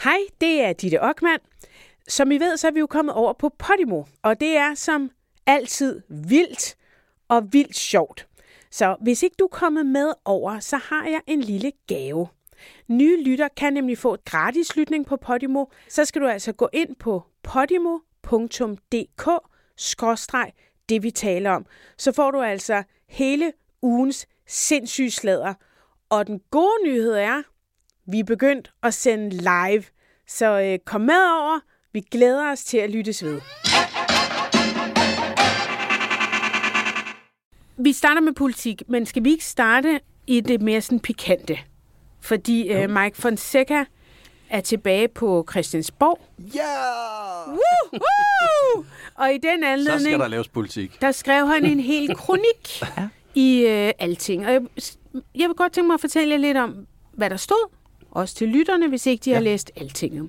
Hej, det er Ditte Okman. Som I ved, så er vi jo kommet over på Podimo, og det er som altid vildt og vildt sjovt. Så hvis ikke du er kommet med over, så har jeg en lille gave. Nye lytter kan nemlig få et gratis lytning på Podimo. Så skal du altså gå ind på podimo.dk/det vi taler om. Så får du altså hele ugens sindssyge sladder. Og den gode nyhed er, vi er begyndt at sende live. Så kom med over. Vi glæder os til at lyttes ved. Vi starter med politik, men skal vi ikke starte i det mere sådan pikante? Fordi Mike Fonseca er tilbage på Christiansborg. Ja! Yeah! Og i den anledning, så skal der laves politik. Der skrev han en hel kronik i Alting. Og jeg vil godt tænke mig at fortælle jer lidt om, hvad der stod. Også til lytterne, hvis ikke de har læst Altinget.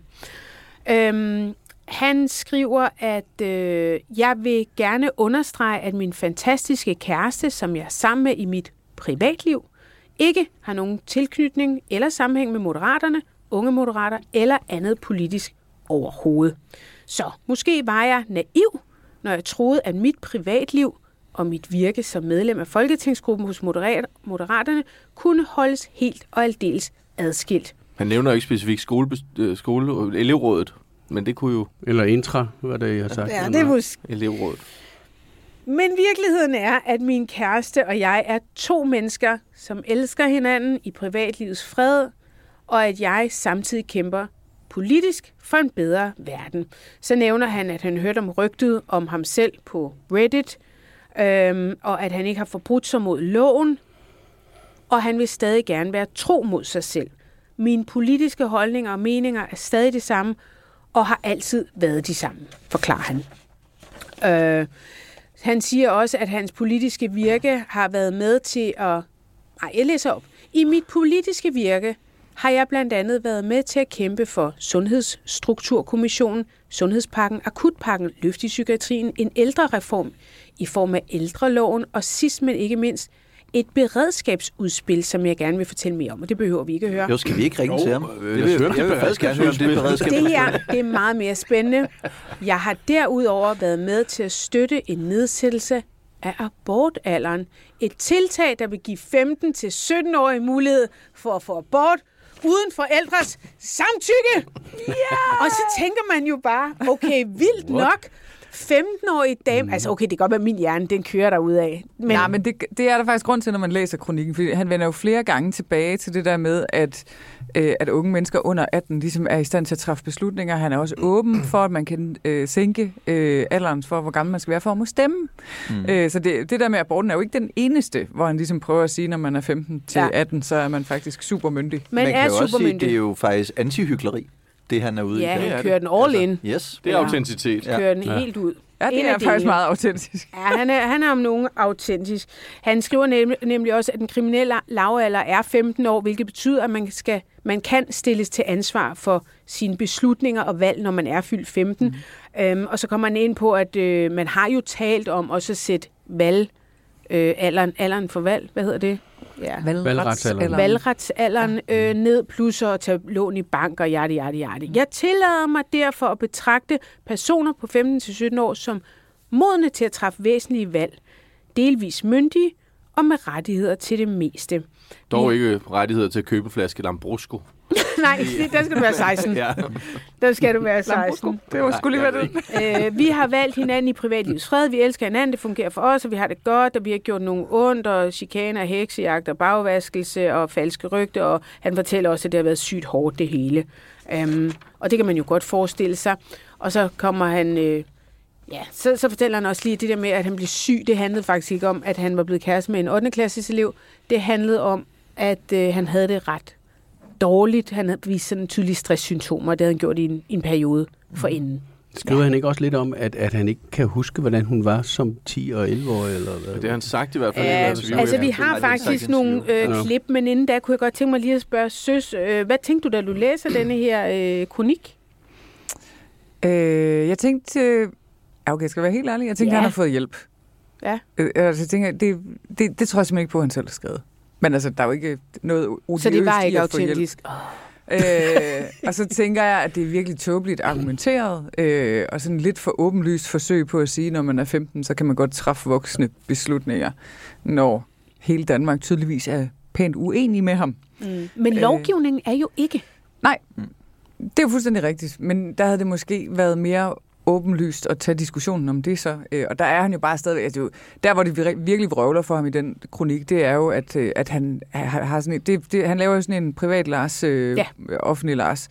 Han skriver, at jeg vil gerne understrege, at min fantastiske kæreste, som jeg er sammen med i mit privatliv, ikke har nogen tilknytning eller sammenhæng med Moderaterne, unge moderater eller andet politisk overhovedet. Så måske var jeg naiv, når jeg troede, at mit privatliv og mit virke som medlem af Folketingsgruppen hos Moderaterne kunne holdes helt og aldeles adskilt. Han nævner jo ikke specifikt elevrådet, men det kunne jo... Eller intra, hvad det jeg har sagt. Ja, det er måske... Elevrådet. Men virkeligheden er, at min kæreste og jeg er to mennesker, som elsker hinanden i privatlivets fred, og at jeg samtidig kæmper politisk for en bedre verden. Så nævner han, at han hørte om rygtet om ham selv på Reddit, og at han ikke har forbrudt sig mod loven, og han vil stadig gerne være tro mod sig selv. Mine politiske holdninger og meninger er stadig det samme, og har altid været de samme, forklarer han. Han siger også, at hans politiske virke har været med til at... jeg læser op. I mit politiske virke har jeg blandt andet været med til at kæmpe for Sundhedsstrukturkommissionen, Sundhedspakken, Akutpakken, Løft i psykiatrien, en ældrereform i form af ældreloven, og sidst men ikke mindst et beredskabsudspil, som jeg gerne vil fortælle mere om, og det behøver vi ikke at høre. Jo, skal vi ikke ringe til ham? Jeg vil faktisk gerne høre om det beredskab. Det her, det er meget mere spændende. Jeg har derudover været med til at støtte en nedsættelse af abortalderen. Et tiltag, der vil give 15-17-årige mulighed for at få abort uden forældres samtykke. Yeah! Og så tænker man jo bare, okay, vildt nok. 15-årige dame, altså okay, det kan godt være min hjerne, den kører derudad. Nej, men det er der faktisk grund til, når man læser kronikken, fordi han vender jo flere gange tilbage til det der med, at unge mennesker under 18 ligesom er i stand til at træffe beslutninger. Han er også åben for, at man kan sænke alderen for, hvor gammel man skal være for at må stemme. Så det der med aborten er jo ikke den eneste, hvor han ligesom prøver at sige, når man er 15 til 18, så er man faktisk supermyndig. Man kan jo også sige, det er jo faktisk antihykleri. Det han er ude i. Ja, han kører den all in. Yes. Det er autenticitet. Kører den helt ud. Ja, det er faktisk meget autentisk. Ja, han er om nogen autentisk. Han skriver nemlig også, at den kriminelle lavalder er 15 år, hvilket betyder, at man kan stilles til ansvar for sine beslutninger og valg, når man er fyldt 15. Og så kommer han ind på, at man har jo talt om også at sætte alderen for valg, hvad hedder det? Ja. Valgretsalderen ned, plus at tage lån i bank og yada. Jeg tillader mig derfor at betragte personer på 15-17 år som modne til at træffe væsentlige valg, delvis myndige og med rettigheder til det meste. Dog ikke rettigheder til at købe en flaske Lambrusco. Nej, der skal du være 16. Ja. Der skal du være 16. Det var sgu lige hvad det. Vi har valgt hinanden i privatlivets fred. Vi elsker hinanden, det fungerer for os, og vi har det godt, og vi har gjort nogle ondt, og chikaner, heksejagt og bagvaskelse og falske rygter, og han fortæller også, at det har været sygt hårdt det hele. Og det kan man jo godt forestille sig. Og så kommer han... så fortæller han også lige det der med, at han blev syg. Det handlede faktisk ikke om, at han var blevet kæreste med en 8. klasses elev. Det handlede om, at han havde det ret dårligt. Han havde vist sådan tydelige stresssymptomer, det havde han gjort i en periode forinden. Skriver han ikke også lidt om, at han ikke kan huske, hvordan hun var som 10 og 11-årig? Eller hvad? Det har han sagt i hvert fald. Altså, vi har faktisk nogle klip, men inden da kunne jeg godt tænke mig lige at spørge Søs, hvad tænkte du, da du læser denne her kronik? Jeg tænkte... Okay, skal jeg være helt ærlig? Jeg tænkte, han har fået hjælp. Ja. Jeg tænker, det tror jeg simpelthen ikke på, at han selv har skrevet. Men altså, der er jo ikke noget odiøst. Så det var ikke autentisk? Og så tænker jeg, at det er virkelig tåbeligt argumenteret, og sådan lidt for åbenlyst forsøg på at sige, når man er 15, så kan man godt træffe voksne beslutninger, når hele Danmark tydeligvis er pænt uenig med ham. Men lovgivningen er jo ikke. Nej, det er jo fuldstændig rigtigt, men der havde det måske været mere åbenlyst at tage diskussionen om det så. Og der er han jo bare stadig... Altså, der, hvor det virkelig vrøvler for ham i den kronik, det er jo, at han har sådan han laver jo sådan en privat Lars, offentlig Lars,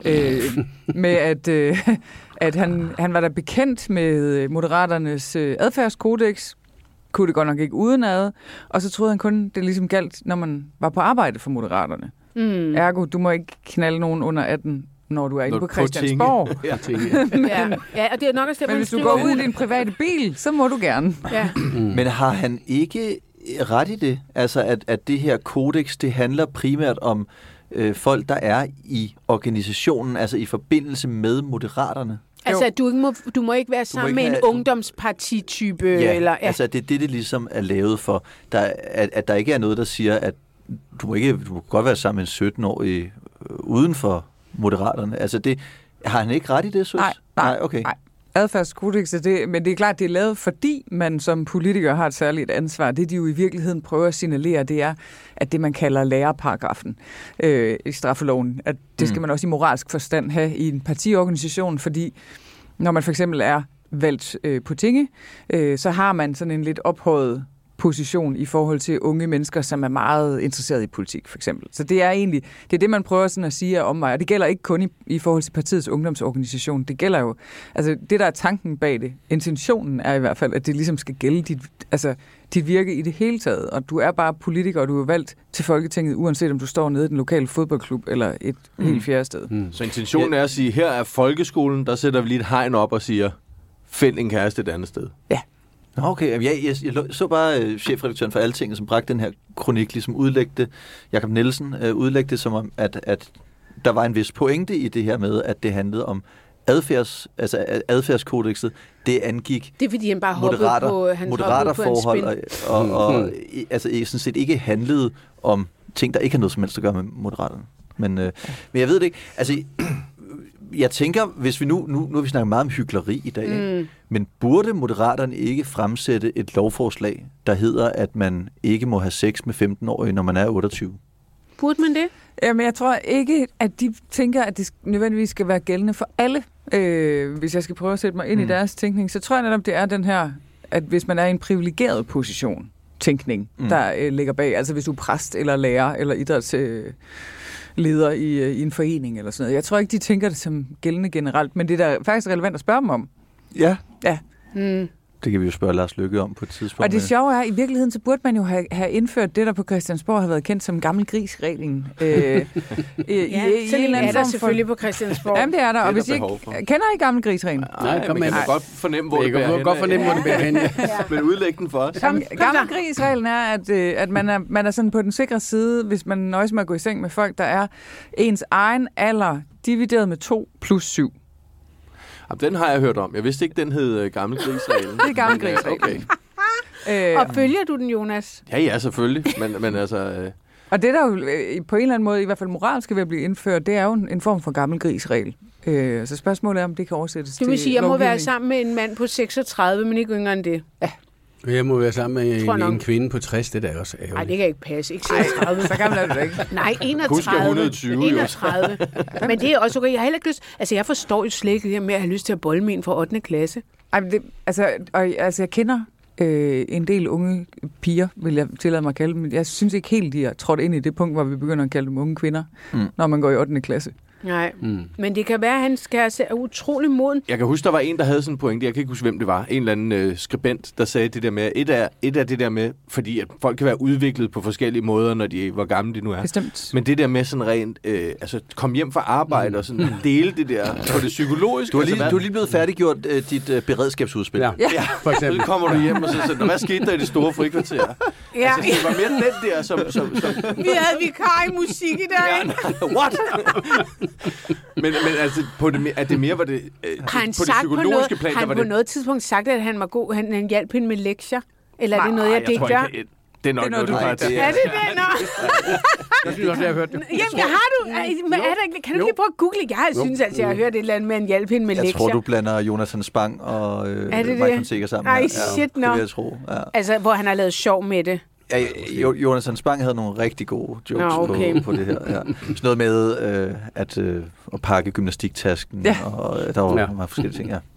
med at han var da bekendt med Moderaternes adfærdskodex, kunne det godt nok ikke udenad, og så troede han kun, det ligesom galt, når man var på arbejde for Moderaterne. Ergo, du må ikke knalde nogen under 18, når du er inde på Christiansborg. Ja, og det er nok også det, men hvis du går ud i din private bil, så må du gerne. Ja. Men har han ikke ret i det? Altså, at det her kodex, det handler primært om folk, der er i organisationen, altså i forbindelse med Moderaterne? Altså, at du må ikke være sammen med en ungdomspartitype? Ja, eller, altså det ligesom er lavet for. At der ikke er noget, der siger, at du må godt være sammen med en 17-årig uden for Moderaterne. Altså det, har han ikke ret i det, synes? Nej, okay. Nej. Adfærdskodex er det, men det er klart, det er lavet, fordi man som politiker har et særligt ansvar. Det, de jo i virkeligheden prøver at signalere, det er, at det, man kalder lærerparagrafen i straffeloven, at det skal man også i moralsk forstand have i en partiorganisation, fordi når man for eksempel er valgt på tinge, så har man sådan en lidt ophøjet position i forhold til unge mennesker, som er meget interesserede i politik, for eksempel. Så det er det, man prøver sådan at sige om mig, og det gælder ikke kun i forhold til partiets ungdomsorganisation. Det gælder jo, altså det, der er tanken bag det, intentionen er i hvert fald, at det ligesom skal gælde dit virke i det hele taget, og du er bare politiker, og du er valgt til Folketinget, uanset om du står nede i den lokale fodboldklub eller et helt fjerde sted. Så intentionen er at sige, her er folkeskolen, der sætter vi lige et hegn op og siger, find en kæreste et andet sted. Ja. Okay, jeg så bare chefredaktøren for Altinget, som bragte den her kronik, ligesom udlægte, Jakob Nielsen udlægte som om, at der var en vis pointe i det her med, at det handlede om adfærdskodexet. Det angik det er, fordi han bare hoppede på hans moderaterforhold, og altså sådan set ikke handlede om ting, der ikke har noget som helst at gøre med Moderaterne. Men jeg ved det ikke. Altså, jeg tænker, hvis vi nu har vi snakket meget om hykleri i dag, men burde Moderaterne ikke fremsætte et lovforslag, der hedder, at man ikke må have sex med 15-årige, når man er 28? Burde man det? Jamen, jeg tror ikke, at de tænker, at det nødvendigvis skal være gældende for alle. Hvis jeg skal prøve at sætte mig ind i deres tænkning, så tror jeg netop, det er den her, at hvis man er i en privilegeret position, tænkning, der ligger bag, altså hvis du er præst eller lærer eller idrætsleder i en forening eller sådan noget. Jeg tror ikke, de tænker det som gældende generelt, men det er da faktisk relevant at spørge dem om. Ja. Ja. Det kan vi jo spørge Lars Løkke om på et tidspunkt. Og det sjove er, i virkeligheden, så burde man jo have indført det, der på Christiansborg har været kendt som gammel gris-reglen. Sådan er der selvfølgelig på Christiansborg. Jamen, det er der. Og hvis I ikke kender I gammel gris-reglen? Nej, man kan godt fornemme, hvor det bærer hen. Jeg kan godt fornemme, hvor det bærer hen. Men udlæg den for os. Gammel gris-reglen er, at man er sådan på den sikre side, hvis man nøjes med at gå i seng med folk, der er ens egen alder divideret med 2 plus 7. Den har jeg hørt om. Jeg vidste ikke, den hed Gammel Gris-reglen. Det er Gammel Gris-reglen. Okay. Og følger du den, Jonas? Ja, selvfølgelig. Men altså... Og det der jo på en eller anden måde, i hvert fald moralsk skal ved at blive indført, det er jo en form for Gammel Gris-regel. Så spørgsmålet er, om det kan oversættes til Du vil sige, at jeg må være sammen med en mand på 36, men ikke yngre end det? Ja. Jeg må være sammen med en kvinde på 60, det er også ærgerligt. Nej, det kan ikke passe. Ikke 36. Så gammel er du ikke. Nej, 31. Husk 120, 31. Men det er også okay. Jeg har heller ikke lyst... Altså, jeg forstår jo slet ikke det her med at have lyst til at bolle med en fra 8. klasse. Ej, men det, jeg kender en del unge piger, vil jeg tillade mig at kalde dem. Jeg synes ikke helt, de har trådt ind i det punkt, hvor vi begynder at kalde dem unge kvinder, når man går i 8. klasse. Nej, men det kan være, at han skal se utrolig moden. Jeg kan huske, der var en, der havde sådan en pointe. Jeg kan ikke huske, hvem det var. En eller anden skribent, der sagde det der med, et af det der med, fordi at folk kan være udviklet på forskellige måder, når de hvor gamle de nu er. Bestemt. Men det der med sådan rent, kom hjem fra arbejde og sådan dele det der på det psykologiske. Du er lige blevet færdiggjort dit beredskabsudspil. Ja, for eksempel. Så kommer du hjem og så siger, hvad skete der i det store frikvarter? Ja. Altså, det var mere den der, som... Vi havde vikar i musik i dag. What? men altså, at det mere var det på det psykologiske plan, der var det... på noget tidspunkt sagt, at han var god, han hjalp hende med lektier? Eller er det noget, jeg digter? Det er nok noget, du har til. Er det det? Nå. Jeg synes også, jeg har hørt det. Jamen, har du? Kan du lige prøve at google? Jeg synes altså, jeg har hørt et eller andet med en hjælpe hende med lektier. Jeg tror, du blander Jonathan Spang og Mike Fonseca sammen. Ej, shit, det vil jeg tro. Ja. Altså, hvor han har lavet sjov med det. Ja, Jonathan Spang havde nogle rigtig gode jokes på det her. Ja. Sådan noget med at pakke gymnastiktasken, og der var mange forskellige ting, ja.